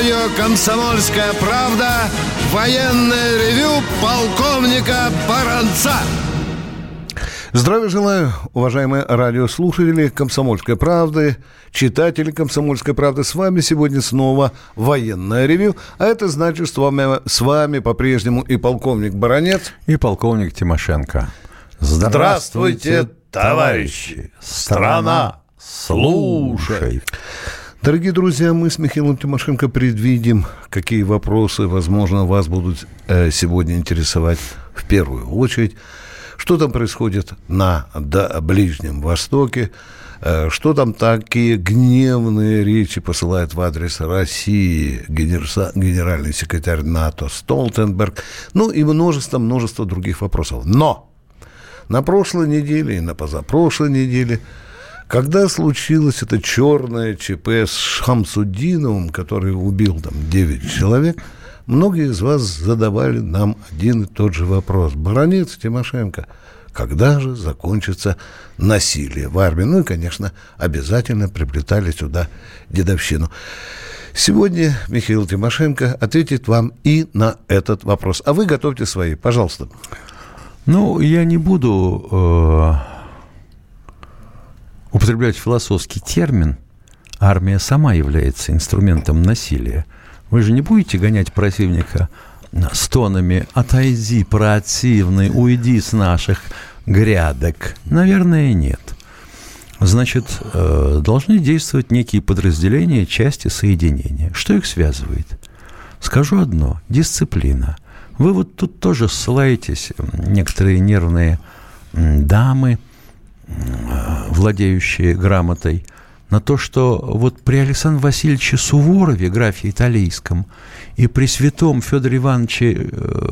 радио «Комсомольская правда» военное ревю полковника Баранца. Здравия желаю, уважаемые радиослушатели «Комсомольской правды», читатели «Комсомольской правды». С вами сегодня снова военное ревю. А это значит, что с вами по-прежнему и полковник Баранец, и полковник Тимошенко. Здравствуйте, товарищи! Страна, слушай! Дорогие друзья, мы с Михаилом Тимошенко предвидим, какие вопросы, возможно, вас будут сегодня интересовать в первую очередь. Что там происходит на Ближнем Востоке? Что там такие гневные речи посылает в адрес России генеральный секретарь НАТО Столтенберг? Ну и множество других вопросов. Но на прошлой неделе и на позапрошлой неделе, когда случилось это черное ЧП с Шамсудиновым, который убил там 9 человек, многие из вас задавали нам один и тот же вопрос. Баранец, Тимошенко, когда же закончится насилие в армии? Ну и, конечно, обязательно приплетали сюда дедовщину. Сегодня Михаил Тимошенко ответит вам и на этот вопрос. А вы готовьте свои, пожалуйста. Ну, я не буду употреблять философский термин. Армия сама является инструментом насилия. Вы же не будете гонять противника с тонами «отойди, противный, уйди с наших грядок». Наверное, нет. Значит, должны действовать некие подразделения, части, соединения. Что их связывает? Скажу одно – дисциплина. Вы вот тут тоже ссылаетесь, некоторые нервные дамы, владеющие грамотой, на то, что вот при Александре Васильевиче Суворове, графе Италийском, и при святом Федоре Ивановиче,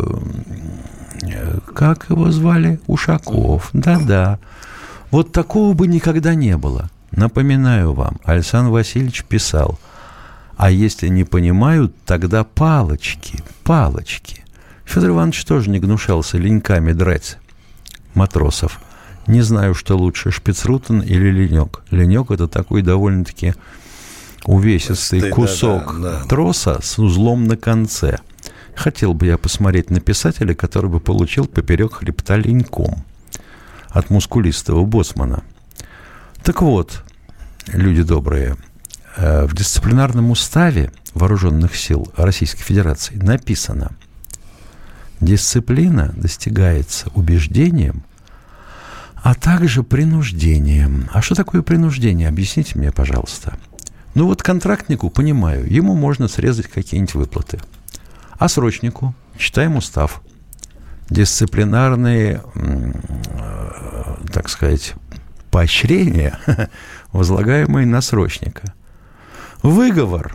как его звали? Ушаков. Да-да. Вот такого бы никогда не было. Напоминаю вам, Александр Васильевич писал: а если не понимают, тогда палочки, палочки. Федор Иванович тоже не гнушался леньками драть матросов. Не знаю, что лучше, шпицрутен или ленек. Ленек – это такой довольно-таки увесистый кусок троса с узлом на конце. Хотел бы я посмотреть на писателя, который бы получил поперек хребта леньком от мускулистого боцмана. Так вот, люди добрые, в дисциплинарном уставе Вооруженных сил Российской Федерации написано: дисциплина достигается убеждением, а также принуждением. А что такое принуждение? Объясните мне, пожалуйста. Ну вот контрактнику, понимаю, ему можно срезать какие-нибудь выплаты. А срочнику, читаем устав, дисциплинарные, так сказать, поощрения, возлагаемые на срочника. Выговор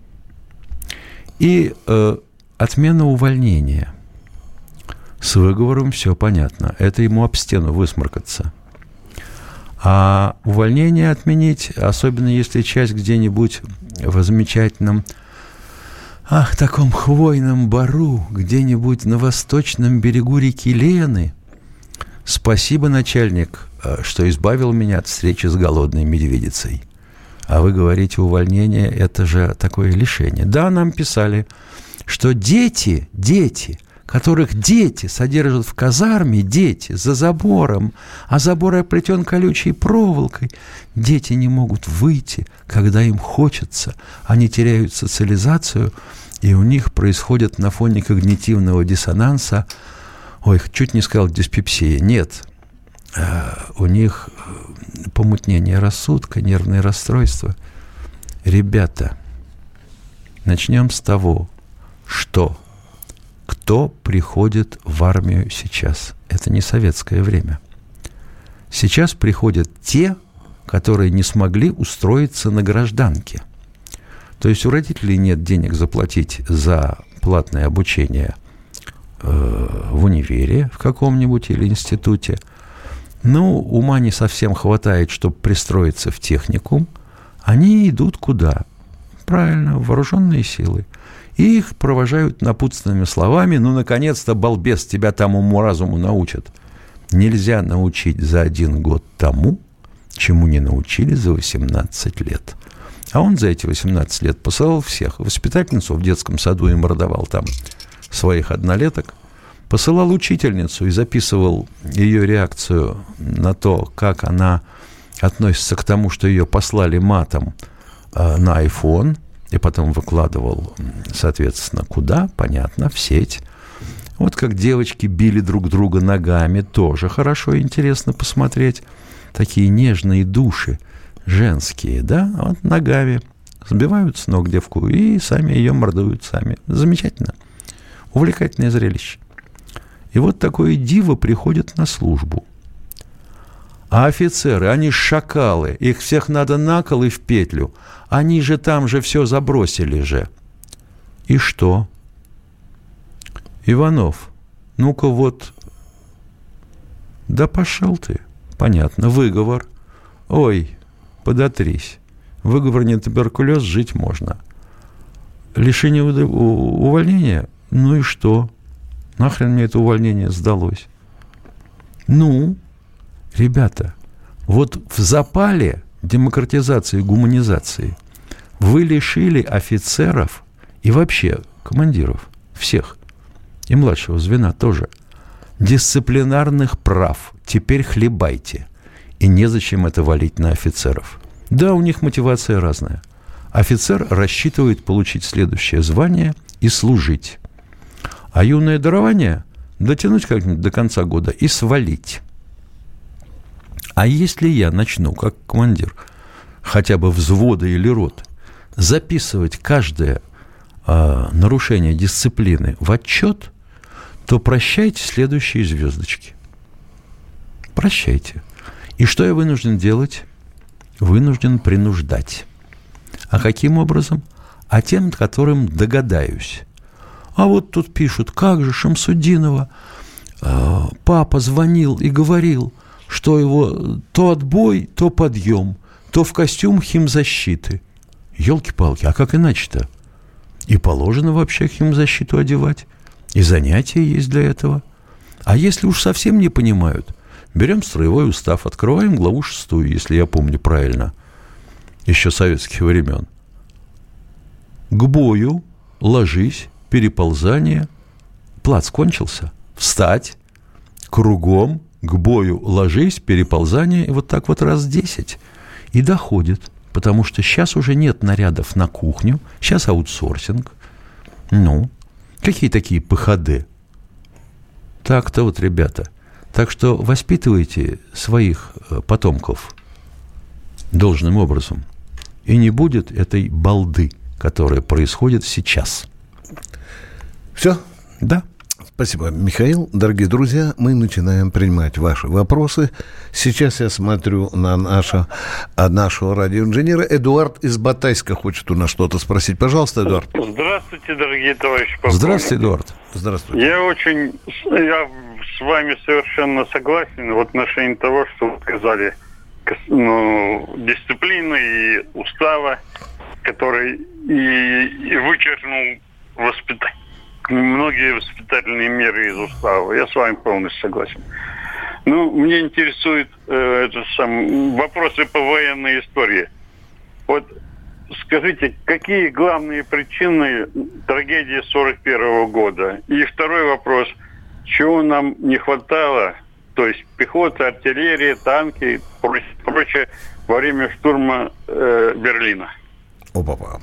и отмена увольнения. С выговором все понятно. Это ему об стену высморкаться. А увольнение отменить, особенно если часть где-нибудь в замечательном, таком хвойном бару, где-нибудь на восточном берегу реки Лены. Спасибо, начальник, что избавил меня от встречи с голодной медведицей. А вы говорите, увольнение – это же такое лишение. Да, нам писали, что дети, которых дети содержат в казарме, дети за забором, а забор оплетен колючей проволокой, дети не могут выйти, когда им хочется, они теряют социализацию, и у них происходит на фоне когнитивного диссонанса, чуть не сказал диспепсия, нет, у них помутнение рассудка, нервные расстройства. Ребята, начнем с того, что кто приходит в армию сейчас? Это не советское время. Сейчас приходят те, которые не смогли устроиться на гражданке. То есть у родителей нет денег заплатить за платное обучение в универе в каком-нибудь или институте. Ну, ума не совсем хватает, чтобы пристроиться в техникум. Они идут куда? Правильно, в вооруженные силы. И их провожают напутственными словами: ну, наконец-то, балбес, тебя там уму-разуму научат. Нельзя научить за 1 год тому, чему не научили за 18 лет. А он за эти 18 лет посылал всех. Воспитательницу в детском саду и мордовал там своих однолеток. Посылал учительницу и записывал ее реакцию на то, как она относится к тому, что ее послали матом на iPhone, и потом выкладывал, соответственно, куда? Понятно, в сеть. Вот как девочки били друг друга ногами, тоже хорошо и интересно посмотреть. Такие нежные души женские, да, вот ногами сбивают с ног девку и сами ее мордуют сами. Замечательно. Увлекательное зрелище. И вот такое диво приходит на службу. А офицеры, они шакалы, их всех надо на кол и в петлю. Они же там же все забросили же. И что? Иванов, ну-ка вот. Да пошел ты. Понятно, выговор. Ой, подотрись. Выговор не туберкулез, жить можно. Лишение увольнения? Ну и что? Нахрен мне это увольнение сдалось? Ну, ребята, вот в запале демократизации и гуманизации вы лишили офицеров и вообще командиров, всех, и младшего звена тоже, дисциплинарных прав. Теперь хлебайте. И незачем это валить на офицеров. Да, у них мотивация разная. Офицер рассчитывает получить следующее звание и служить. А юное дарование дотянуть как-нибудь до конца года и свалить. А если я начну, как командир, хотя бы взвода или роты, записывать каждое нарушение дисциплины в отчет, то прощайте следующие звездочки. Прощайте. И что я вынужден делать? Вынужден принуждать. А каким образом? А тем, которым догадаюсь. А вот тут пишут, как же Шамсудинова папа звонил и говорил, что его то отбой, то подъем, то в костюм химзащиты. Ёлки-палки, а как иначе-то? И положено вообще химзащиту одевать. И занятия есть для этого. А если уж совсем не понимают, берем строевой устав, открываем главу 6, если я помню правильно, еще советских времен. К бою ложись, переползание, плац кончился, встать, кругом, к бою ложись, переползание, и вот так вот раз 10. И доходит, потому что сейчас уже нет нарядов на кухню, сейчас аутсорсинг. Ну, какие такие ПХД? Так-то вот, ребята. Так что воспитывайте своих потомков должным образом. И не будет этой балды, которая происходит сейчас. Все? Да. Спасибо, Михаил. Дорогие друзья, мы начинаем принимать ваши вопросы. Сейчас я смотрю на нашего радиоинженера. Эдуард из Батайска хочет у нас что-то спросить. Пожалуйста, Эдуард. Здравствуйте, дорогие товарищи полковники. Здравствуйте, Эдуард. Здравствуйте. Я с вами совершенно согласен в отношении того, что вы сказали, дисциплины и устава, который и вычеркнул многие воспитательные меры из устава. Я с вами полностью согласен. Мне интересуют вопросы по военной истории. Вот скажите, какие главные причины трагедии 1941 года? И второй вопрос, чего нам не хватало, то есть пехоты, артиллерии, танки и прочее во время штурма Берлина? Опа-па.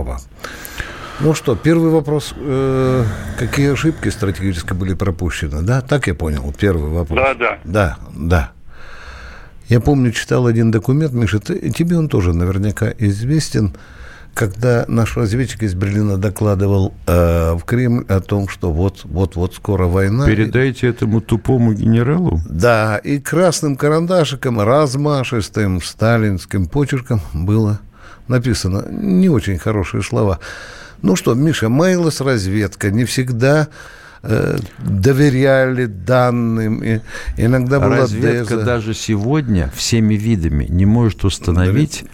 Ну что, первый вопрос. Какие ошибки стратегически были пропущены? Да, так я понял, первый вопрос. Да. Я помню, читал один документ, Миша, тебе он тоже наверняка известен, когда наш разведчик из Берлина докладывал в Кремль о том, что вот скоро война. Передайте этому тупому генералу? Да, и красным карандашиком, размашистым сталинским почерком было написано не очень хорошие слова. Ну что, Миша, маялась разведка, не всегда доверяли данным, и иногда была разведка даже сегодня всеми видами не может установить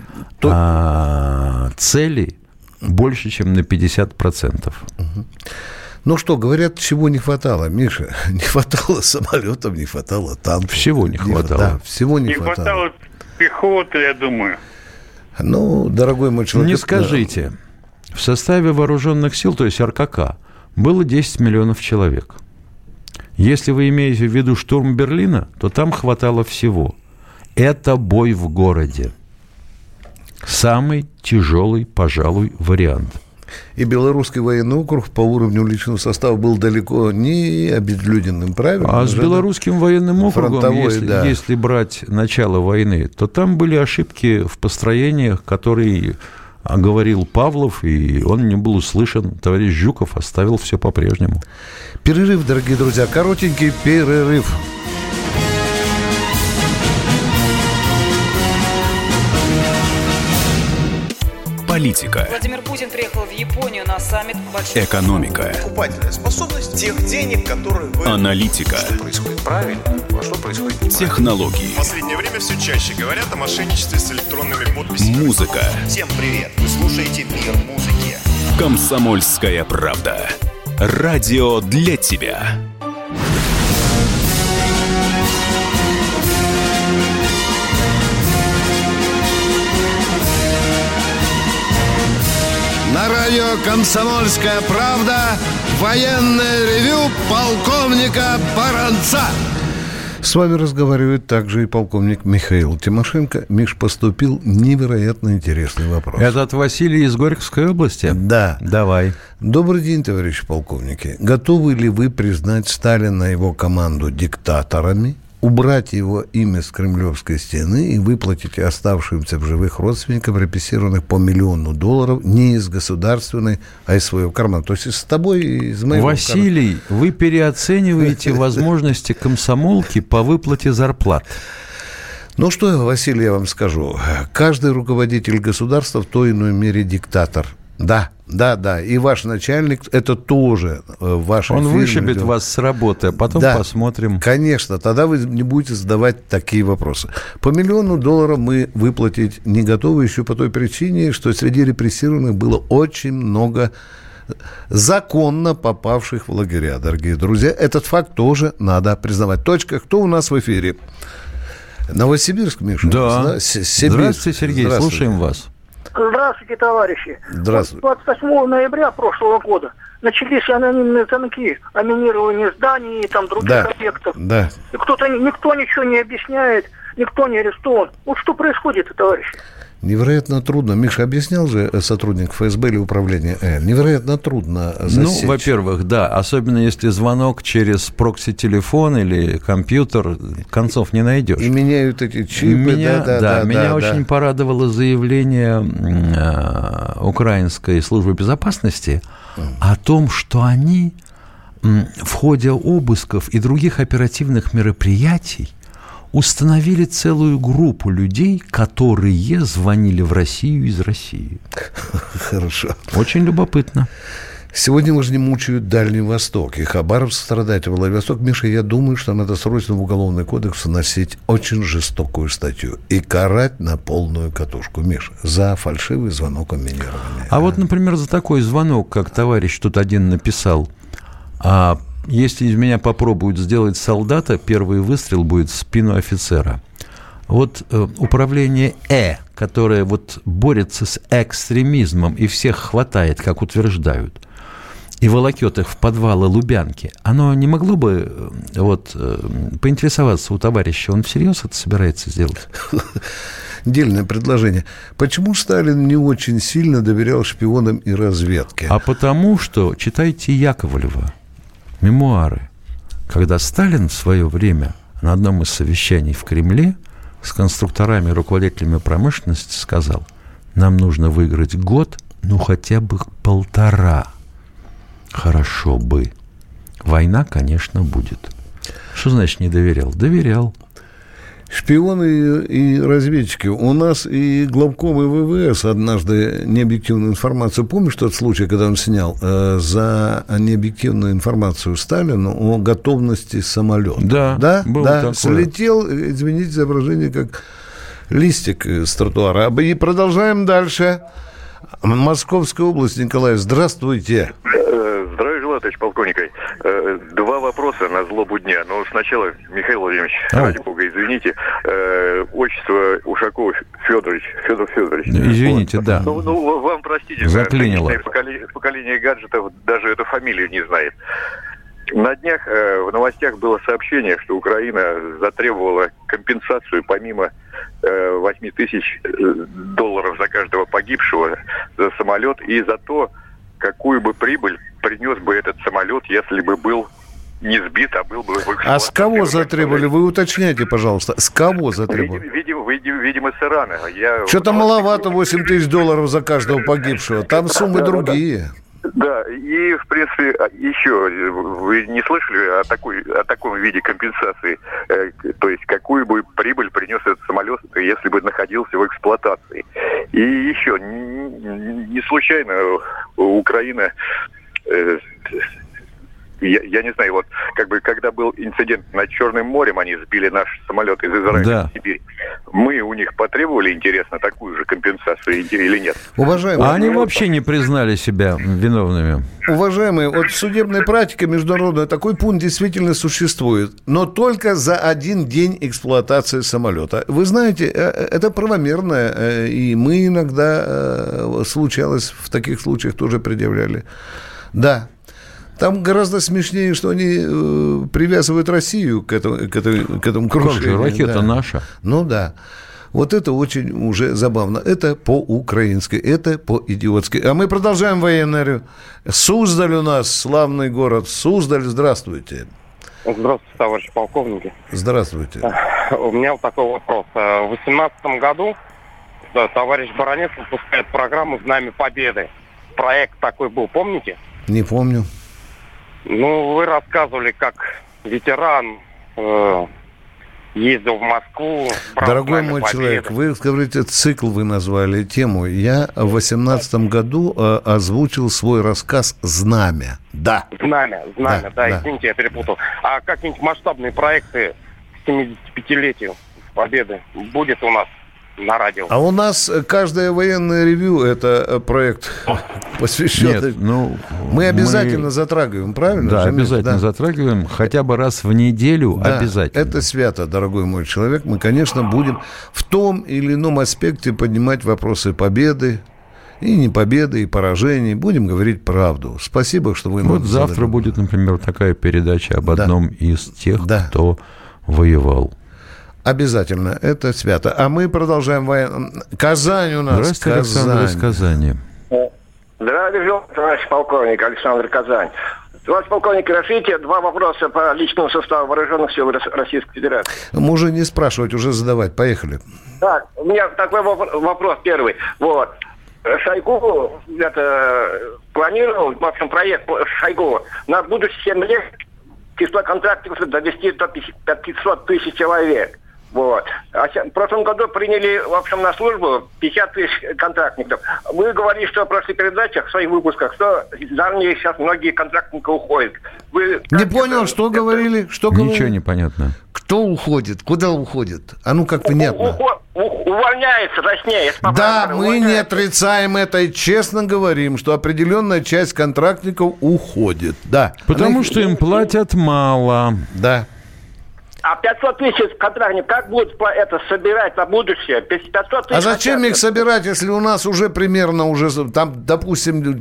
цели больше, чем на 50%. Ну что, говорят, чего не хватало, Миша? Не хватало самолетов, не хватало танков. Всего не хватало. Да, всего не хватало. Не хватало пехоты, я думаю. Ну, дорогой мой человек... Не скажите. В составе вооруженных сил, то есть РКК, было 10 миллионов человек. Если вы имеете в виду штурм Берлина, то там хватало всего. Это бой в городе. Самый тяжелый, пожалуй, вариант. И Белорусский военный округ по уровню личного состава был далеко не обезлюденным, правильно? А с Белорусским военным округом, если брать начало войны, то там были ошибки в построениях, которые говорил Павлов, и он не был услышан. Товарищ Жуков оставил все по-прежнему. Перерыв, дорогие друзья, коротенький перерыв. Политика. Владимир Путин приехал в Японию на саммит большой... Экономика. Покупательная способность тех денег, которые вы... Аналитика. Что происходит правильно, а что происходит неправильно. Технологии. В последнее время все чаще говорят о мошенничестве с электронными подписями. Музыка. Всем привет! Вы слушаете «Мир музыки». Комсомольская правда. Радио для тебя. На радио «Комсомольская правда» военное ревю полковника Баранца. С вами разговаривает также и полковник Михаил Тимошенко. Миш, поступил невероятно интересный вопрос. Это от Василия из Горьковской области? Да. Давай. Добрый день, товарищи полковники. Готовы ли вы признать Сталина и его команду диктаторами, убрать его имя с Кремлевской стены и выплатить оставшимся в живых родственникам репрессированных по $1 миллион не из государственной, а из своего кармана? То есть с тобой и из моего Василий, кармана. Вы переоцениваете возможности комсомолки по выплате зарплат. Ну что, Василий, я вам скажу. Каждый руководитель государства в той или иной мере диктатор. Да. И ваш начальник, это тоже ваш... Он вышибет вас с работы, а потом посмотрим. Конечно, тогда вы не будете задавать такие вопросы. По $1 миллион мы выплатить не готовы еще по той причине, что среди репрессированных было очень много законно попавших в лагеря, дорогие друзья. Этот факт тоже надо признавать. Точка. Кто у нас в эфире? Новосибирск, Миша? Да. Здравствуйте, Сергей, слушаем вас. Здравствуйте, товарищи. Здравствуйте. 28 ноября прошлого года начались анонимные звонки о минировании зданий и там других объектов. Да. И никто ничего не объясняет, никто не арестован. Вот что происходит, товарищи? Невероятно трудно. Миша объяснял же сотрудник ФСБ или управления невероятно трудно засечь. Ну, во-первых, да, особенно если звонок через прокси-телефон или компьютер, концов не найдешь. И меняют эти чипы. Меня очень порадовало заявление Украинской службы безопасности о том, что они в ходе обысков и других оперативных мероприятий установили целую группу людей, которые звонили в Россию из России. Хорошо. Очень любопытно. Сегодня уже не мучают Дальний Восток, и Хабаровск страдает, и Владивосток. Миша, я думаю, что надо срочно в Уголовный кодекс вносить очень жестокую статью и карать на полную катушку, Миша, за фальшивый звонок о минировании. А вот, например, за такой звонок, как товарищ тут один написал, если из меня попробуют сделать солдата, первый выстрел будет в спину офицера. Вот управление которое вот борется с экстремизмом и всех хватает, как утверждают, и волокет их в подвалы Лубянки, оно не могло бы поинтересоваться у товарища, он всерьез это собирается сделать? Дельное предложение. Почему Сталин не очень сильно доверял шпионам и разведке? А потому что, читайте Яковлева, мемуары, когда Сталин в свое время на одном из совещаний в Кремле с конструкторами и руководителями промышленности сказал: нам нужно выиграть год, хотя бы 1,5. Хорошо бы. Война, конечно, будет. Что значит не доверял? Доверял. Шпионы и разведчики. У нас и главком ВВС однажды необъективную информацию. Помнишь тот случай, когда он снял за необъективную информацию Сталину о готовности самолета? Да, такое. Слетел, извините за выражение, как листик с тротуара. И продолжаем дальше. Московская область, Николай, здравствуйте. Здравия Михаил, товарищ полковник, два вопроса на злобу дня. Но сначала, Михаил Владимирович, ради бога, извините, отчество Ушаков Федор Федорович. Извините, вот. да. Ну, вам простите, заклинило. Поколение гаджетов даже эту фамилию не знает. На днях в новостях было сообщение, что Украина затребовала компенсацию помимо $8 тысяч за каждого погибшего за самолет и за то, какую бы прибыль принес бы этот самолет, если бы был не сбит, а был бы в эксплуатации. А с кого затребовали? Вы уточняйте, пожалуйста. С кого затребовали? Видимо, с Ирана. Что-то маловато $8 тысяч за каждого погибшего. Там суммы другие. Да, и, в принципе, еще, вы не слышали о таком виде компенсации? То есть, какую бы прибыль принес этот самолет, если бы находился в эксплуатации? И еще, не случайно Украина... Я не знаю, вот как бы когда был инцидент над Черным морем, они сбили наш самолет из Израиля в Сибирь. Мы у них потребовали, интересно, такую же компенсацию или нет? Уважаемые, они вообще не признали себя виновными. Уважаемые, вот в судебной практике международной такой пункт действительно существует, но только за один день эксплуатации самолета. Вы знаете, это правомерно, и мы иногда случалось, в таких случаях тоже предъявляли. Да. Там гораздо смешнее, что они привязывают Россию к этому крушению. Как же, ракета наша. Ну да. Вот это очень уже забавно. Это по-украински, это по-идиотски. А мы продолжаем военное. Суздаль у нас, славный город. Суздаль, здравствуйте. Здравствуйте, товарищи полковники. Здравствуйте. У меня вот такой вопрос. В 2018 году товарищ Баранец выпускает программу «Знамя Победы». Проект такой был, помните? Не помню. Ну, вы рассказывали, как ветеран ездил в Москву. Дорогой мой человек, вы говорите, цикл вы назвали, тему. Я в 2018 году озвучил свой рассказ «Знамя». Да. Знамя, да, извините, я перепутал. А какие-нибудь масштабные проекты к 75-летию Победы будет у нас на радио? А у нас каждое военное ревью – это проект, посвященный... Нет, мы обязательно затрагиваем, правильно? Да, обязательно затрагиваем, хотя бы раз в неделю, да, обязательно. Это свято, дорогой мой человек. Мы, конечно, будем в том или ином аспекте поднимать вопросы победы, и не победы, и поражений. Будем говорить правду. Спасибо, что вы... Вот завтра будет, например, такая передача об одном из тех, кто воевал. Обязательно, это свято. А мы продолжаем Казань у нас. Здравствуйте, Александр из Казани. Здравия, товарищ полковник, Александр Казань. Товарищ полковник, разрешите два вопроса по личному составу вооруженных сил Российской Федерации. Можно не спрашивать, уже задавать. Поехали. Так, у меня такой вопрос первый. Вот. Шойгу планировал, в общем, проект Шойгу на будущие 7 лет число контрактников довести до 500 тысяч человек. Вот. А в прошлом году приняли, в общем, на службу 50 тысяч контрактников. Вы говорили, что в прошлых передачах, в своих выпусках, что из армии сейчас многие контрактники уходят. Вы не понял, что говорили? Что Ничего говорили? не понятно. Кто уходит? Куда уходит? А ну как понятно. Увольняется, точнее. Да, мы не отрицаем это и честно говорим, что определенная часть контрактников уходит. Да. Потому что им платят мало. Да. А 500 тысяч контрактников как будут это собирать на будущее? 500 тысяч. А зачем их собирать, если у нас уже примерно там, допустим,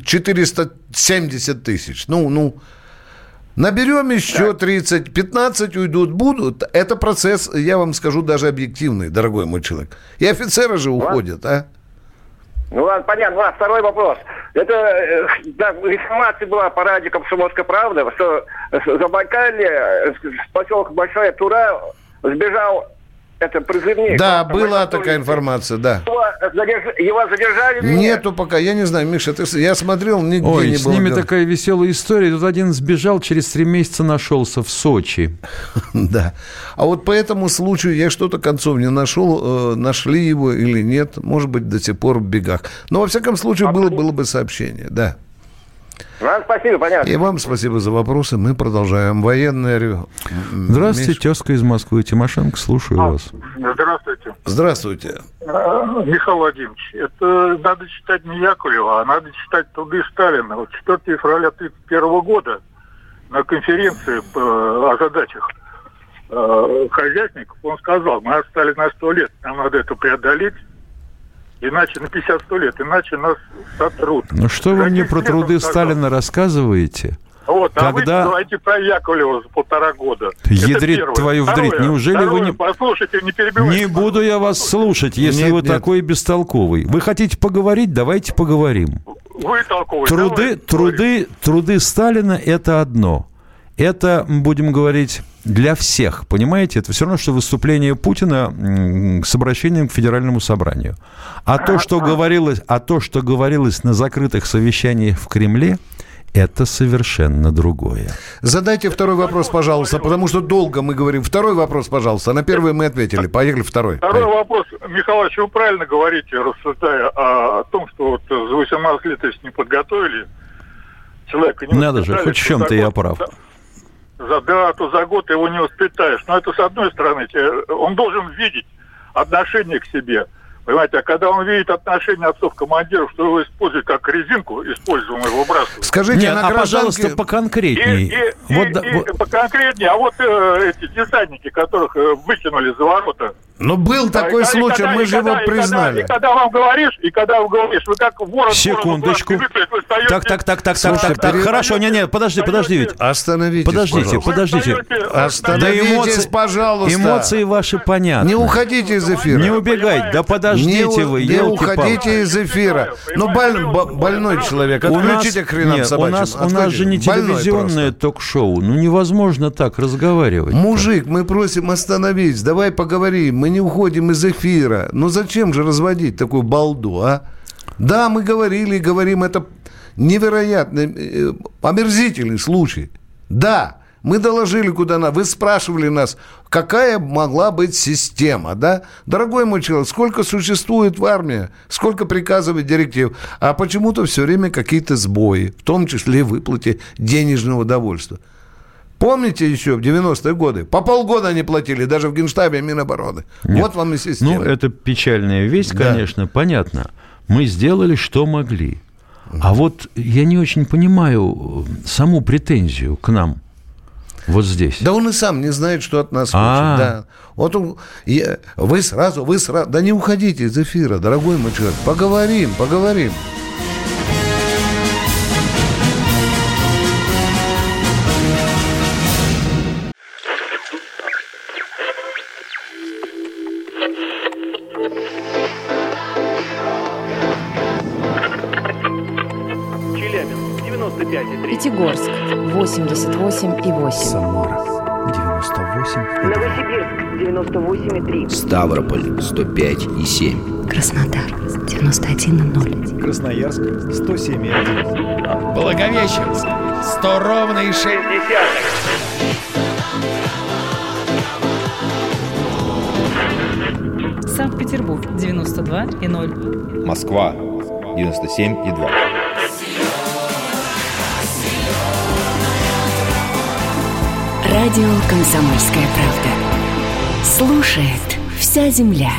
470 тысяч? Ну. Наберем еще 30, 15 уйдут, будут. Это процесс, я вам скажу, даже объективный, дорогой мой человек. И офицеры же уходят, а? Ну ладно, понятно. Ладно, второй вопрос. Это информация была по радио «Комсомольская правда», что в Забайкалье, в поселке Большая Тура, сбежал призывник. Да, была такая информация, да. Его задержали? Нету пока, я не знаю, Миша, я смотрел, нигде не было. Ой, с ними такая веселая история. Тут один сбежал, через 3 месяца нашелся в Сочи. Да. А вот по этому случаю я что-то концов не нашел, нашли его или нет, может быть, до сих пор в бегах. Но, во всяком случае, было бы сообщение, да. Вам спасибо, понятно. И вам спасибо за вопросы. Мы продолжаем. Военное ревю. Здравствуйте, тезка из Москвы. Тимошенко, слушаю вас. Здравствуйте. Здравствуйте. Михаил Владимирович, это надо читать не Яковлева, а надо читать труды Сталина. Вот 4 февраля 1931 года на конференции о задачах хозяйственников, он сказал, мы отстали на 100 лет, нам надо это преодолеть, иначе на 50-100 лет, иначе нас сотрут. Ну что вы мне про труды Сталина рассказываете? Вот, когда... а вы говорите про Яковлева за 1,5 года. Ядрит твою вдрит. Неужели вы не... Послушайте, не перебивайте. Не буду я вас слушать, если вы такой бестолковый. Вы хотите поговорить? Давайте поговорим. Вы толковый. Труды Сталина – это одно. Это, будем говорить, для всех, понимаете? Это все равно, что выступление Путина с обращением к Федеральному собранию. А то, что говорилось на закрытых совещаниях в Кремле – это совершенно другое. Задайте второй вопрос, пожалуйста, потому что долго мы говорим. Второй вопрос, пожалуйста. На первый мы ответили. Поехали, второй. Второй вопрос. Михаил, вы правильно говорите, рассуждая о том, что вот за 18 лет, если не подготовили человека... Не надо же, хоть в чем-то я прав. То за год его не воспитаешь. Но это с одной стороны. Он должен видеть отношение к себе. Понимаете, а когда он видит отношение отцов-командиров, что его используют как резинку, используем его выбрасывают. Скажите, пожалуйста, поконкретней. Поконкретнее. А вот эти десантники, которых выкинули за ворота. Но был такой случай, мы же его признали. И когда вам говоришь, вы как ворон... Секундочку. Так, хорошо, подожди, ведь. Остановитесь, Подождите. Остановитесь, пожалуйста. Эмоции ваши понятны. Не уходите из эфира. Не убегайте, да подождите вы, не уходите из эфира. Ну, больной человек, отключите к хренам собачьим. У нас же не телевизионное ток-шоу, ну невозможно так разговаривать. Мужик, мы просим остановиться, давай поговорим. Мы не уходим из эфира. Ну зачем же разводить такую балду, а? Да, мы говорим, это невероятный, омерзительный случай. Да, мы доложили куда надо. Вы спрашивали нас, какая могла быть система, да? Дорогой мой человек, сколько существует в армии, сколько приказов и директив, а почему-то все время какие-то сбои, в том числе в выплате денежного довольства. Помните еще в 90-е годы? По полгода они платили, даже в Генштабе Минобороны. Нет. Вот вам и система. Ну, это печальная вещь, конечно, понятно. Мы сделали, что могли. А вот я не очень понимаю саму претензию к нам вот здесь. Да он и сам не знает, что от нас хочет. Да. Вот он, вы сразу. Да не уходите из эфира, дорогой мой человек. Поговорим. Пятигорск 88,8. Самара 98,2. Новосибирск 98,3. Ставрополь 105,7. Краснодар 91,0. Красноярск 107,1. Благовещенск 100,6. Санкт-Петербург 92,0. Москва 97,2. Радио «Комсомольская правда». Слушает вся земля.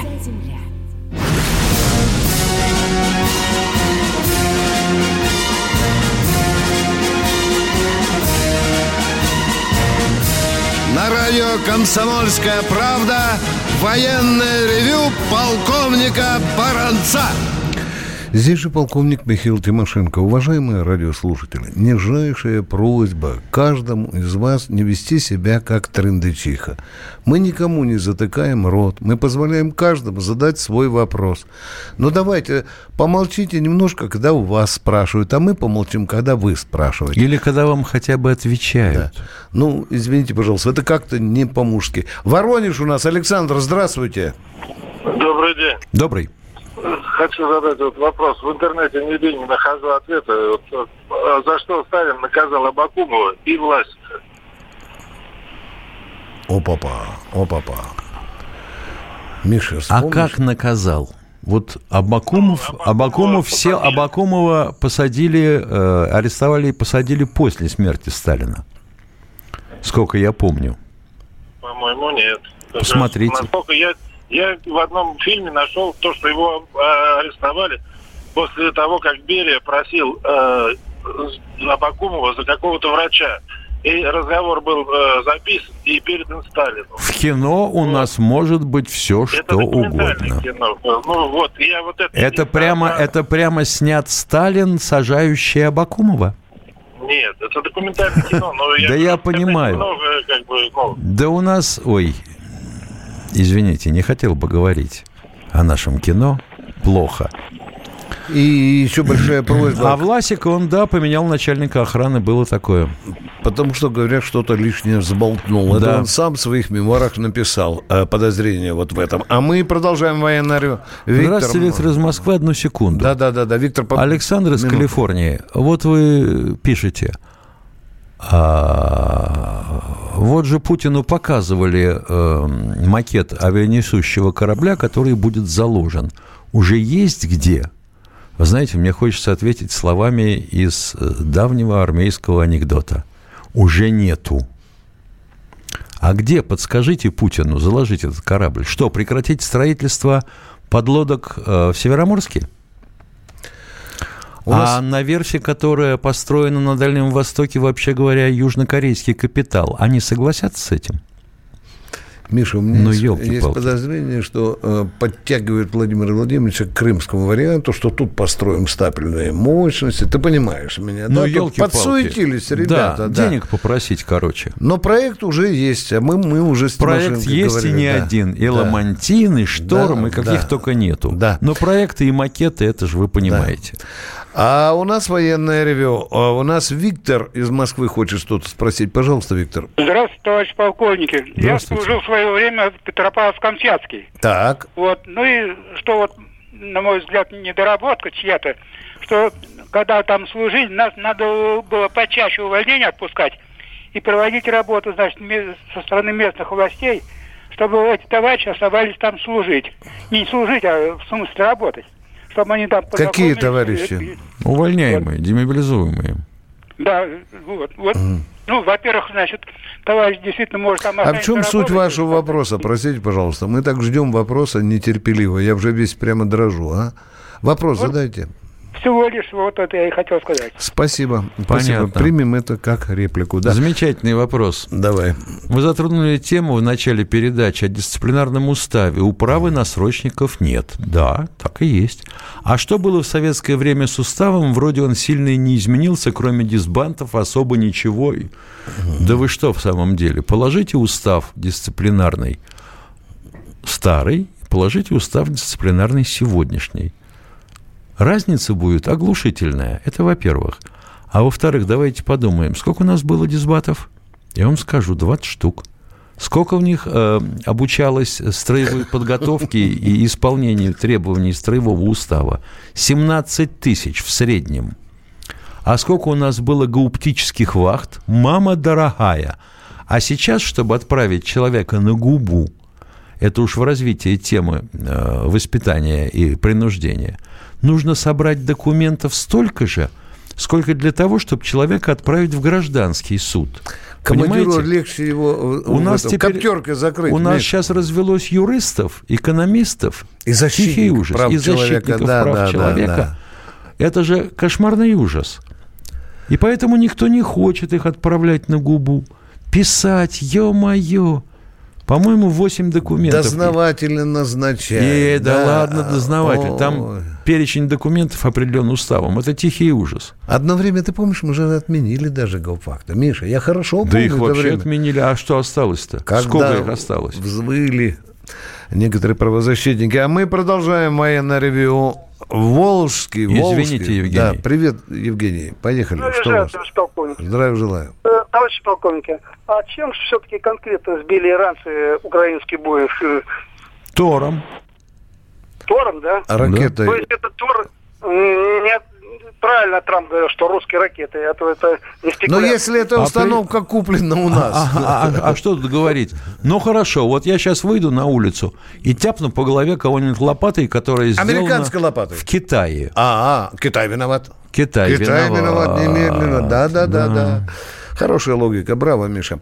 На радио «Комсомольская правда» военное ревю полковника Баранца. Здесь же полковник Михаил Тимошенко. Уважаемые радиослушатели, нижайшая просьба каждому из вас не вести себя как трындычиха. Мы никому не затыкаем рот, мы позволяем каждому задать свой вопрос. Но давайте помолчите немножко, когда у вас спрашивают, а мы помолчим, когда вы спрашиваете. Или когда вам хотя бы отвечают. Да. Ну, извините, пожалуйста, это как-то не по-мужски. Воронеж у нас. Александр, здравствуйте. Добрый день. Добрый. Хочу задать вот вопрос. В интернете нигде не нахожу ответа. Вот, за что Сталин наказал Абакумова и власть? О-папа. Миша, вспомнишь? А как наказал? Вот Абакумова посадили, арестовали и посадили после смерти Сталина. Сколько я помню. По-моему, нет. Посмотрите. Насколько я в одном фильме нашел то, что его арестовали после того, как Берия просил Абакумова за какого-то врача. и разговор был записан и передан Сталину. В кино у нас может быть все, что угодно. Кино. Ну вот, я вот это прямо снят Сталин, сажающий Абакумова? Нет, это документальное кино. Но да я понимаю. Немного, как бы, ну... Да у нас... Ой, извините, не хотел бы говорить о нашем кино. Плохо. И еще большая просьба. А Власика он, да, поменял начальника охраны, было такое. Потому что, говорят, что-то лишнее взболтнул. Да. Это он сам в своих мемуарах написал подозрение вот в этом. А мы продолжаем военное ревю. Здравствуйте, Виктор из Москвы, одну секунду. Да, Виктор. Александр из Калифорнии. Вот вы пишете. Вот же Путину показывали макет авианесущего корабля, который будет заложен. Уже есть где? Вы знаете, мне хочется ответить словами из давнего армейского анекдота. Уже нету. А где, подскажите Путину, заложить этот корабль? Что, прекратить строительство подлодок в Североморске? А на верфи, которая построена на Дальнем Востоке, вообще говоря, южнокорейский капитал, они согласятся с этим? Миша, у меня есть подозрение, что подтягивает Владимира Владимировича к крымскому варианту, что тут построим стапельные мощности. Ты понимаешь меня, ну, да? Подсуетились ребята. Да, денег попросить, короче. Но проект уже есть, а мы уже с проект есть говорили, и не один. И Ламантин, и Шторм, и каких только нету. Да. Но проекты и макеты, это же вы понимаете. Да. А у нас военное ревю. У нас Виктор из Москвы хочет что-то спросить. Пожалуйста, Виктор. Здравствуйте, товарищ полковники. Я служил в свое время в Петропавловск-Камчатский. Так. Вот. Ну и что вот, на мой взгляд, недоработка чья-то, что когда там служили, нас надо было почаще увольнения отпускать и проводить работу, значит, со стороны местных властей, чтобы эти товарищи оставались там служить. Не служить, а в смысле работать. Чтобы они там какие товарищи? Увольняемые, демобилизуемые. Да, вот. Ну, во-первых, значит, товарищ действительно может там... А в чем суть вашего вопроса? Простите, пожалуйста. Мы так ждем вопроса нетерпеливо. Я уже весь прямо дрожу, а? Вопрос задайте. Всего лишь вот это я и хотел сказать. Спасибо. Понятно. Примем это как реплику. Да. Замечательный вопрос. Давай. Вы затронули тему в начале передачи о дисциплинарном уставе. Управы на срочников нет. Да, так и есть. А что было в советское время с уставом? Вроде он сильно и не изменился, кроме дисбантов особо ничего. Да вы что в самом деле? Положите устав дисциплинарный старый, положите устав дисциплинарный сегодняшний. Разница будет оглушительная. Это во-первых. А во-вторых, давайте подумаем, сколько у нас было дисбатов? Я вам скажу, 20 штук. Сколько в них обучалось строевой подготовке и исполнению требований строевого устава? 17 тысяч в среднем. А сколько у нас было гауптических вахт? Мама дорогая. А сейчас, чтобы отправить человека на губу, это уж в развитии темы воспитания и принуждения, нужно собрать документов столько же, сколько для того, чтобы человека отправить в гражданский суд. Командиру Понимаете? Легче его у нас теперь, коптеркой закрыть. У нас сейчас развелось юристов, экономистов, и защитников прав человека. Прав человека. Да. Это же кошмарный ужас. И поэтому никто не хочет их отправлять на губу. Писать, ё-моё. По-моему, 8 документов. Дознавателя назначают. Да ладно, дознаватель. Там перечень документов определен уставом. Это тихий ужас. Одно время, ты помнишь, мы же отменили даже гауфакты. Миша, я хорошо помню. Да их вообще отменили. А что осталось-то? Сколько их осталось? Взвыли некоторые правозащитники. А мы продолжаем военное ревью. Волжский. Извините, Евгений. Да, привет, Евгений. Поехали. Здравия, товарищ полковник. Здравия желаю. Товарищ полковник, а чем все-таки конкретно сбили иранцы украинский Боинг? Тором. Тором, да? Ракетой. То есть это Тор... Нет, правильно Трамп говорил, что русские ракеты, а то это не спекуляция. Но если эта установка куплена у нас. А что тут говорить? Ну, хорошо, вот я сейчас выйду на улицу и тяпну по голове кого-нибудь лопатой, которая сделана американской лопатой. В Китае. Китай виноват. Китай виноват немедленно. Да. Хорошая логика. Браво, Миша.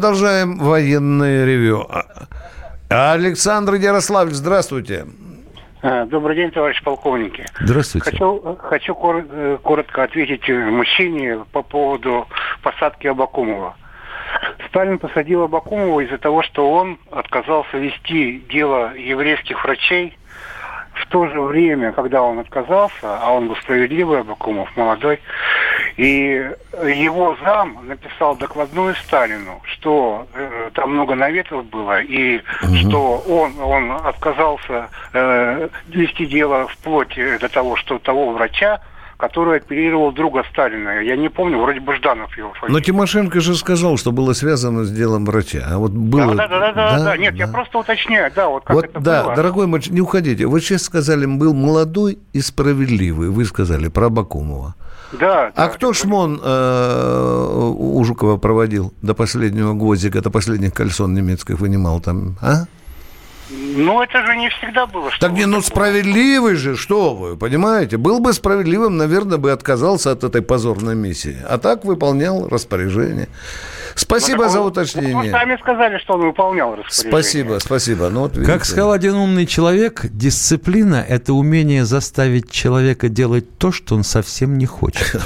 Продолжаем военное ревью. Александр Ярославович, здравствуйте. Добрый день, товарищ полковники. Здравствуйте. Хочу коротко ответить мужчине по поводу посадки Абакумова. Сталин посадил Абакумова из-за того, что он отказался вести дело еврейских врачей. В то же время, когда он отказался, а он был справедливый, Абакумов, молодой, и его зам написал докладную Сталину, что там много наветов было, и что он отказался вести дело вплоть до того, что того врача, который оперировал друга Сталина. Я не помню, вроде бы Жданов его фамилия. Но Тимошенко же сказал, что было связано с делом врача. А вот было... Да. Нет, я просто уточняю, вот как это было. Дорогой мальчик, не уходите. Вы сейчас сказали, был молодой и справедливый. Вы сказали про Абакумова. Да. Кто шмон у Жукова проводил до последнего гвоздика, до последних кольцон немецких вынимал там, а? Ну, это же не всегда было. Так справедливый же, что вы, понимаете? Был бы справедливым, наверное, бы отказался от этой позорной миссии. А так выполнял распоряжение. Спасибо за уточнение. Вы сами сказали, что он выполнял распоряжение. Спасибо. Ну, вот как сказал один умный человек, дисциплина – это умение заставить человека делать то, что он совсем не хочет.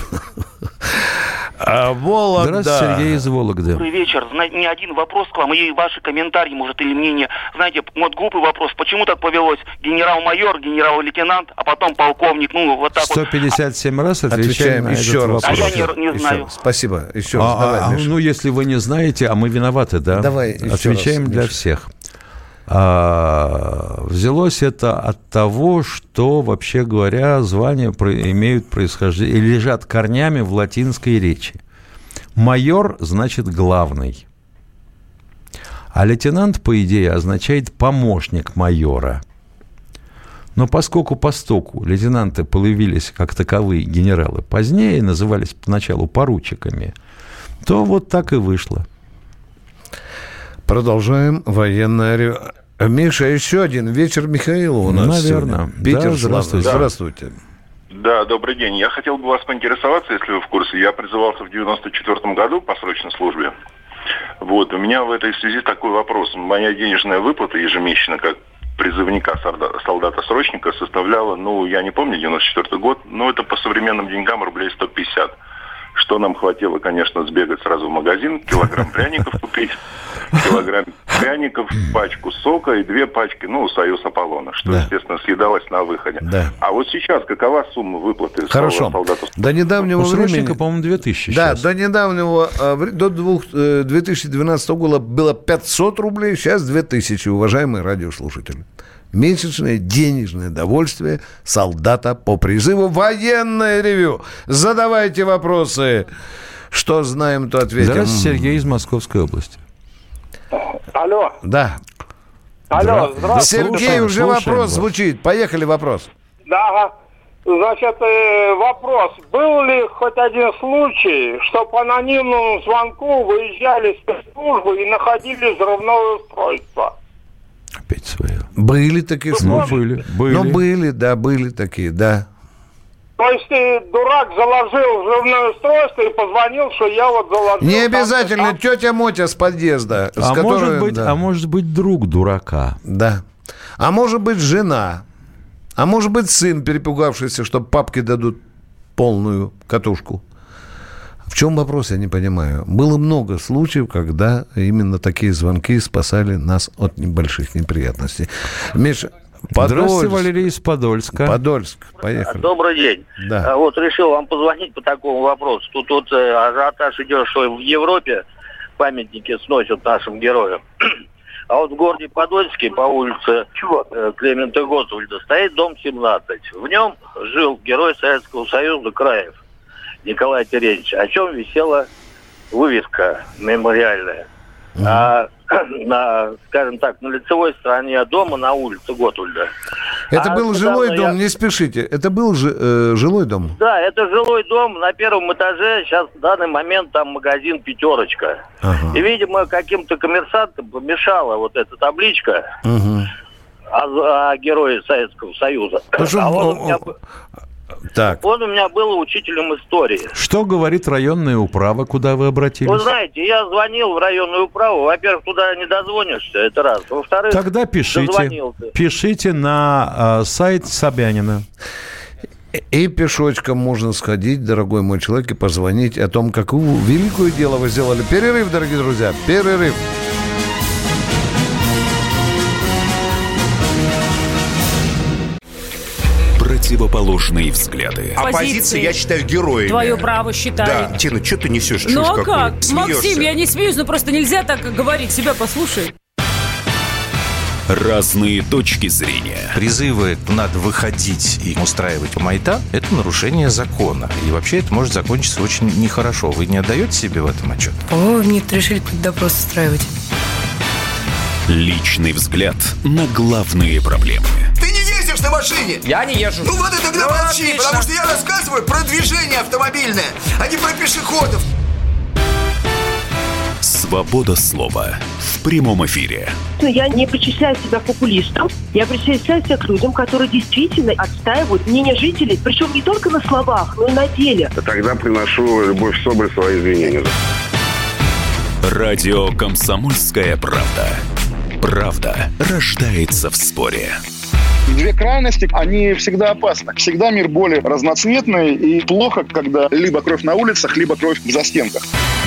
Вологда. Здравствуйте, Сергей из Вологды. Добрый вечер. Не один вопрос к вам, и ваши комментарии, может, или мнение. Знаете, вот глупый вопрос. Почему так повелось? Генерал-майор, генерал-лейтенант, а потом полковник. Ну, вот так 157 вот. раз отвечаем на еще этот раз. вопрос. А я не знаю. Спасибо. Еще раз. Давай, ну, если вы не знаете, а мы виноваты, да? Давай отвечаем раз, для всех. Взялось это от того, что, вообще говоря, звания имеют происхождение, и лежат корнями в латинской речи. Майор значит главный, а лейтенант, по идее, означает помощник майора. Но поскольку постоку лейтенанты появились как таковые генералы позднее, назывались поначалу поручиками, то вот так и вышло. Продолжаем военное... Миша, еще один вечер Михаила у нас. Наверное. Питер, да, здравствуйте. Здравствуйте. Да, добрый день. Я хотел бы вас поинтересоваться, если вы в курсе. Я призывался в 94 году по срочной службе. Вот, у меня в этой связи такой вопрос. Моя денежная выплата ежемесячно, как призывника солдата-срочника, составляла, я не помню, 94 год, но это по современным деньгам рублей 150. Что нам хватило, конечно, сбегать сразу в магазин, килограмм пряников купить, пачку сока и 2 пачки, «Союз Аполлона», что, естественно, съедалось на выходе. Да. А вот сейчас какова сумма выплаты солдату? До недавнего времени... по-моему, 2000 Да, сейчас. до 2012 года было 500 рублей, сейчас 2000, уважаемые радиослушатели. Месячное денежное довольствие солдата по призыву. Военное ревю. Задавайте вопросы. Что знаем, то ответим. Здравствуйте, Сергей из Московской области. Алло. Да. Алло, здравствуйте. Сергей, уже вопрос звучит. Поехали, вопрос. Да, значит, вопрос. Был ли хоть один случай, что по анонимному звонку выезжали спецслужбы и находили взрывное устройство? Опять свое. Были такие случаи. Были такие, да. То есть дурак заложил взрывное устройство и позвонил, что я вот заложил... Не обязательно тетя Мотя с подъезда. Может быть, друг дурака. Да. А может быть, жена. А может быть, сын, перепугавшийся, что папке дадут полную катушку. В чем вопрос, я не понимаю. Было много случаев, когда именно такие звонки спасали нас от небольших неприятностей. Миша, здравствуйте, Валерий из Подольска. Подольск, поехали. Добрый день. Да. Вот решил вам позвонить по такому вопросу. Тут ажиотаж идет, что в Европе памятники сносят нашим героям. А вот в городе Подольске по улице Климента Готвальда стоит дом 17. В нем жил герой Советского Союза Краев Николай Терентьевич, о чем висела вывеска мемориальная. А скажем так, на лицевой стороне дома на улице Готвальда. Это был жилой дом, не спешите. Это был жилой дом? Да, это жилой дом на первом этаже. Сейчас в данный момент там магазин «Пятерочка». Ага. И, видимо, каким-то коммерсантам помешала вот эта табличка о герое Советского Союза. Так. Он у меня был учителем истории. Что говорит районная управа, куда вы обратились? Вы знаете, я звонил в районную управу. Во-первых, туда не дозвонишься, это раз. Во-вторых, тогда пишите на сайт Собянина. И пешочком можно сходить, дорогой мой человек, и позвонить о том, какое великое дело вы сделали. Перерыв, дорогие друзья, перерыв. Противоположные взгляды. Оппозиция, я считаю, героями. Твое право считаю. Да, Тина, что ты несешь? Ну а как? Смеешься. Максим, я не смеюсь, но просто нельзя так говорить. Себя послушай. Разные точки зрения. Призывы «надо выходить и устраивать майдан» — это нарушение закона. И вообще это может закончиться очень нехорошо. Вы не отдаете себе в этом отчет? По-моему, нет, решили какой-то допрос устраивать. Личный взгляд на главные проблемы. Ты не ездишь на машине? Я не езжу. Ну вот и тогда молчи, потому что я рассказываю про движение автомобильное, а не про пешеходов. Свобода слова в прямом эфире. Я не причисляю себя к популистам. Я причисляю себя к людям, которые действительно отстаивают мнение жителей. Причем не только на словах, но и на деле. Тогда приношу Любовь Соболь свои извинения. Радио «Комсомольская правда». Правда рождается в споре. Две крайности, они всегда опасны. Всегда мир более разноцветный, и плохо, когда либо кровь на улицах, либо кровь в застенках.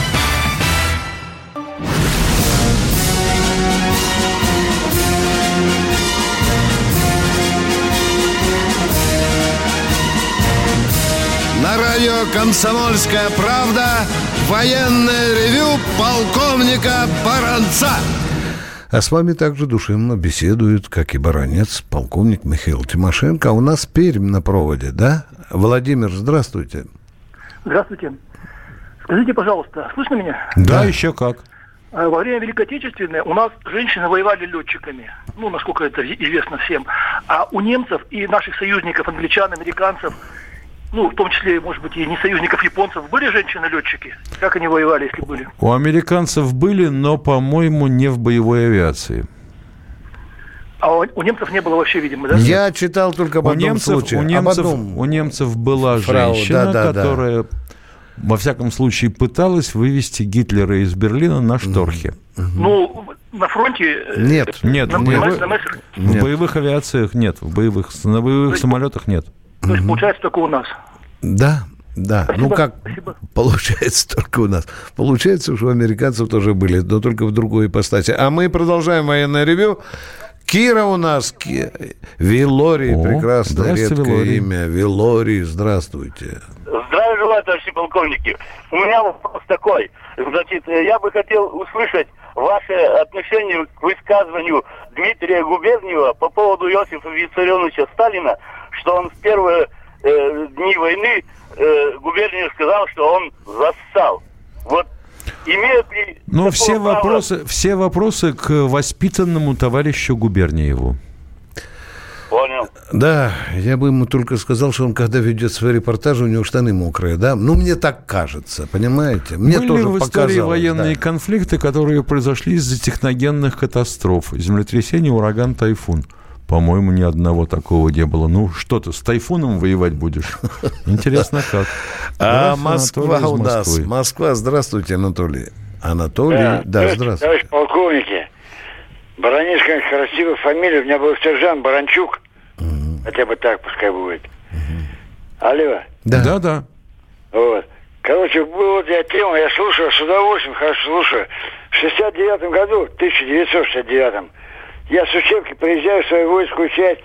На радио «Комсомольская правда» военное ревю полковника Баранца. А с вами также душевно беседует, как и баронец, полковник Михаил Тимошенко. А у нас Пермь на проводе, да? Владимир, здравствуйте. Здравствуйте. Скажите, пожалуйста, слышно меня? Да, еще как. Во время Великой Отечественной у нас женщины воевали летчиками. Ну, насколько это известно всем. А у немцев и наших союзников, англичан, американцев, ну, в том числе, может быть, и не союзников японцев, были женщины-летчики? Как они воевали, если были? У американцев были, но, по-моему, не в боевой авиации. А у немцев не было вообще, видимо, да? Я читал только об одном случае. У немцев была женщина, которая, во всяком случае, пыталась вывести Гитлера из Берлина на шторхе. Ну, на фронте... Нет. В боевых авиациях нет, на боевых самолетах нет. То есть, получается, только у нас. Да. Спасибо, ну как спасибо. Получается только у нас. Получается, что у американцев тоже были, но только в другой ипостаси. А мы продолжаем военное ревю. Кира у нас. Вилорий, прекрасное, редкое имя. Вилорий, здравствуйте. Здравия желаю, товарищи полковники. У меня вопрос такой. Значит, я бы хотел услышать ваше отношение к высказыванию Дмитрия Губерниева по поводу Иосифа Виссарионовича Сталина, что он в первые дни войны Губерниев сказал, что он зассал. Вот имеют ли... Ну, все вопросы к воспитанному товарищу Губерниеву. Понял. Да, я бы ему только сказал, что он, когда ведет свои репортажи, у него штаны мокрые, да? Ну, мне так кажется, понимаете? Мне были тоже в истории показалось, военные конфликты, которые произошли из-за техногенных катастроф. Землетрясение, ураган, тайфун. По-моему, ни одного такого не было. Ну, что ты, с тайфуном воевать будешь? Интересно, как. А Москва у нас. Москва, здравствуйте, Анатолий. Анатолий, да, здравствуйте. Товарищ полковники, Баранец, конечно, красивая фамилия. У меня был сержант Баранчук. Хотя бы так пускай будет. Алло. Да. Вот. Короче, была у тебя тема, я слушаю с удовольствием, хорошо слушаю. В 69-м году, 1969-м, я с учебки приезжаю в свою воинскую часть.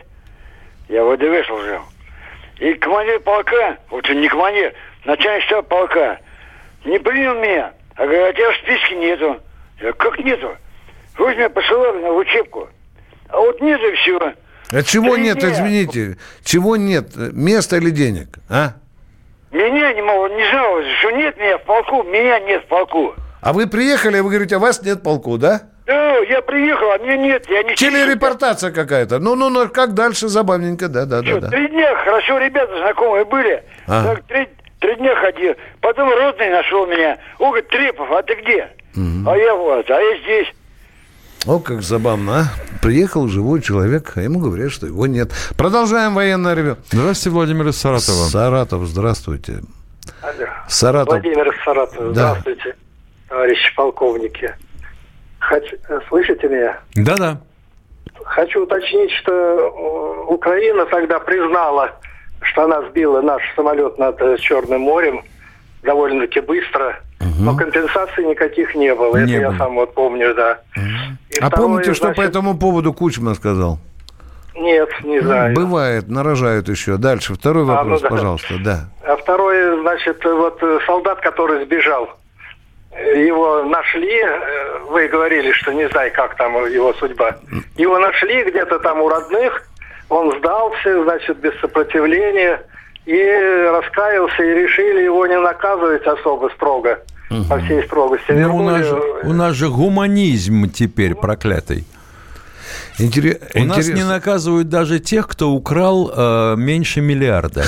Я в ВДВ служил. И командир полка, вот он не командир, начальник штаба полка, не принял меня. А говорит, а тебя в списке нету. Я говорю, как нету? Вы меня посылали на учебку. А вот нету и все. А чего нет, извините? Чего нет? Места или денег? А? Меня не могу, не жалуюсь, что нет меня в полку, меня нет в полку. А вы приехали, и вы говорите, а вас нет в полку, да? Да, я приехал, а меня нет. Я не телерепортация какая-то. Ну, как дальше? Забавненько, да. 3 дня, хорошо, ребята знакомые были. Так, 3 дня ходил. Потом родный нашел меня. Он говорит, Трепов, а ты где? А я вот, а я здесь. О, как забавно, а? Приехал живой человек, а ему говорят, что его нет. Продолжаем военное ревю. Здравствуйте, Владимир из Саратова. Саратов, здравствуйте. Алло. Саратов. Владимир из Саратова. Да. Здравствуйте, товарищи полковники. Слышите меня? Да-да. Хочу уточнить, что Украина тогда признала, что она сбила наш самолет над Черным морем довольно-таки быстро, но компенсаций никаких не было. Не Это было. я сам вот помню, да. И А второе, помните, что значит, по этому поводу Кучма сказал? Нет, не знаю. Бывает, нарожают еще. Дальше, второй вопрос, да. пожалуйста. Да. А второе, значит, вот солдат, который сбежал, его нашли, вы говорили, что не знаю, как там его судьба. Его нашли где-то там у родных, он сдался, значит, без сопротивления, и раскаялся, и решили его не наказывать особо строго, по всей строгости. Ну, у нас же гуманизм теперь проклятый. У нас не наказывают даже тех, кто украл меньше миллиарда.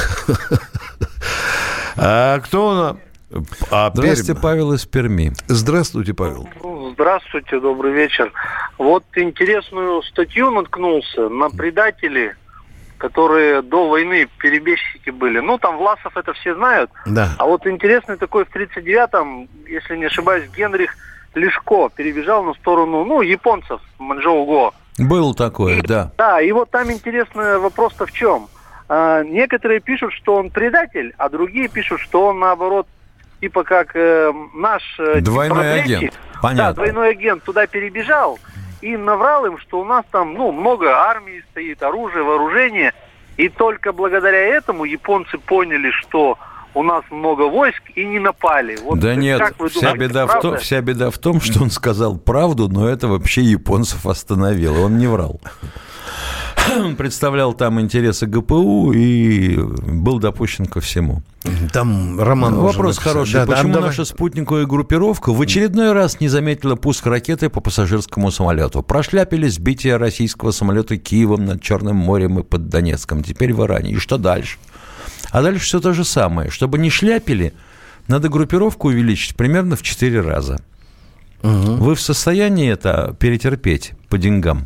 А кто у нас? Здравствуйте, Павел из Перми. Здравствуйте, Павел. Здравствуйте, добрый вечер. Вот интересную статью наткнулся на предателей, которые до войны перебежчики были. Ну, там Власов это все знают. Да. А вот интересный такой в 39-м, если не ошибаюсь, Генрих Лешко перебежал на сторону, японцев, Манчжоу-Го. Был такое, да. Да, и вот там интересный вопрос-то в чем? Некоторые пишут, что он предатель, а другие пишут, что он, наоборот, типа как наш... Двойной агент, понятно. Да, двойной агент туда перебежал и наврал им, что у нас там, много армии стоит, оружие, вооружение. И только благодаря этому японцы поняли, что у нас много войск, и не напали. Вот, да нет, как вы вся беда в том, что он сказал правду, но это вообще японцев остановило. Он не врал. Он представлял там интересы ГПУ и был допущен ко всему. Там Роман вопрос хороший. Почему наша спутниковая группировка в очередной раз не заметила пуск ракеты по пассажирскому самолету? Прошляпили сбитие российского самолета Киевом над Черным морем и под Донецком. Теперь в Иране. И что дальше? А дальше все то же самое. Чтобы не шляпили, надо группировку увеличить примерно в 4 раза. Вы в состоянии это перетерпеть по деньгам?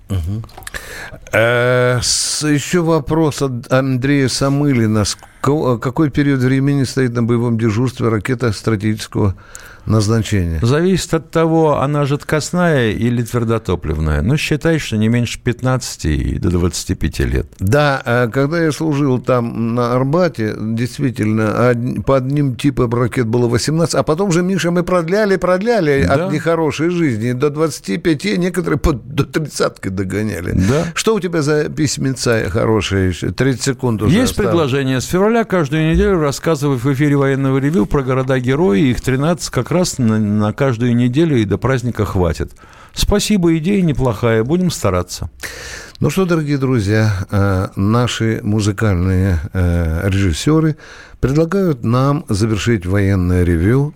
Еще вопрос от Андрея Самылина. Какой период времени стоит на боевом дежурстве ракета стратегического назначения? Зависит от того, она жидкостная или твердотопливная. Но считай, что не меньше 15 и до 25 лет. Да, когда я служил там на Арбате, действительно, по одним типам ракет было 18, а потом же, Миша, мы продляли да. От нехорошей жизни до 25, некоторые до 30-ки догоняли. Да. Что у тебя за письменца хорошие? 30 секунд уже есть осталось. Предложение. С февраля каждую неделю рассказываю в эфире военного ревью про города-герои. Их 13 как раз на каждую неделю, и до праздника хватит. Спасибо, идея неплохая, будем стараться. Ну что, дорогие друзья, наши музыкальные режиссеры предлагают нам завершить военное ревью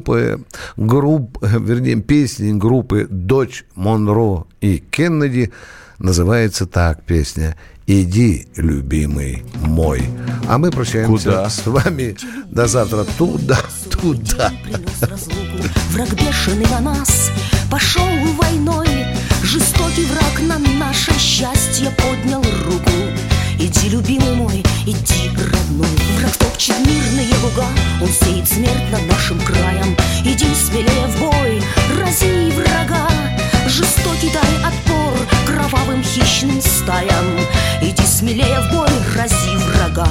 песни группы «Дочь Монро» и «Кеннеди». Называется так песня «Иди, любимый мой». А мы прощаемся с вами до завтра. Туда. Враг бешеный на нас пошел войной. Жестокий враг на наше счастье поднял руку. Иди, любимый мой, иди, родной. Враг топчет мирные луга, он сеет смерть над нашим краем. Иди смелее в бой, рази врага. Жестокий дай отпор кровавым хищным стаям. Иди смелее в бой, рази врага.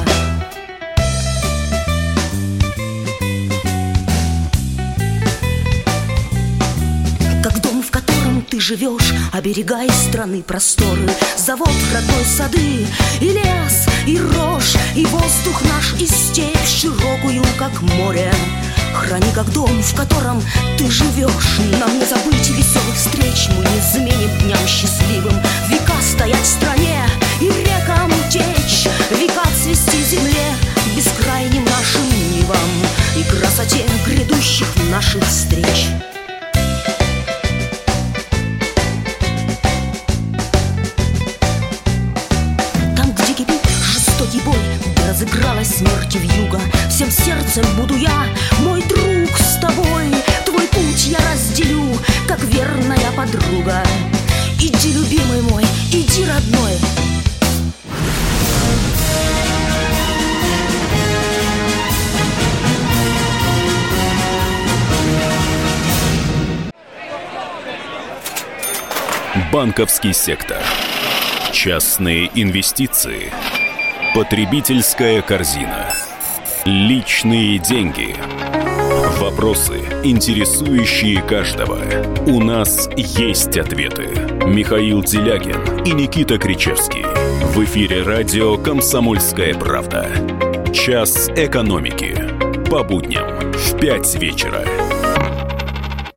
Как дом, в котором ты живешь, оберегай страны просторы. Завод, родной сады, и лес, и рожь, и воздух наш, и степь широкую, как море. Храни как дом, в котором ты живешь. Нам не забыть веселых встреч, мы не заменим дням счастливым. Века стоять в стране и рекам течь, века цвести земле, бескрайним нашим нивам и красоте грядущих наших встреч. Там, где кипит жестокий бой, где разыгралась смерть вьюга, всем сердцем буду я, мой друг, с тобой. Твой путь я разделю, как верная подруга. родной. Банковский сектор. Частные инвестиции. Потребительская корзина. Личные деньги. Вопросы, интересующие каждого. У нас есть ответы. Михаил Делягин и Никита Кричевский. В эфире радио «Комсомольская правда». Час экономики. По будням в 5 вечера.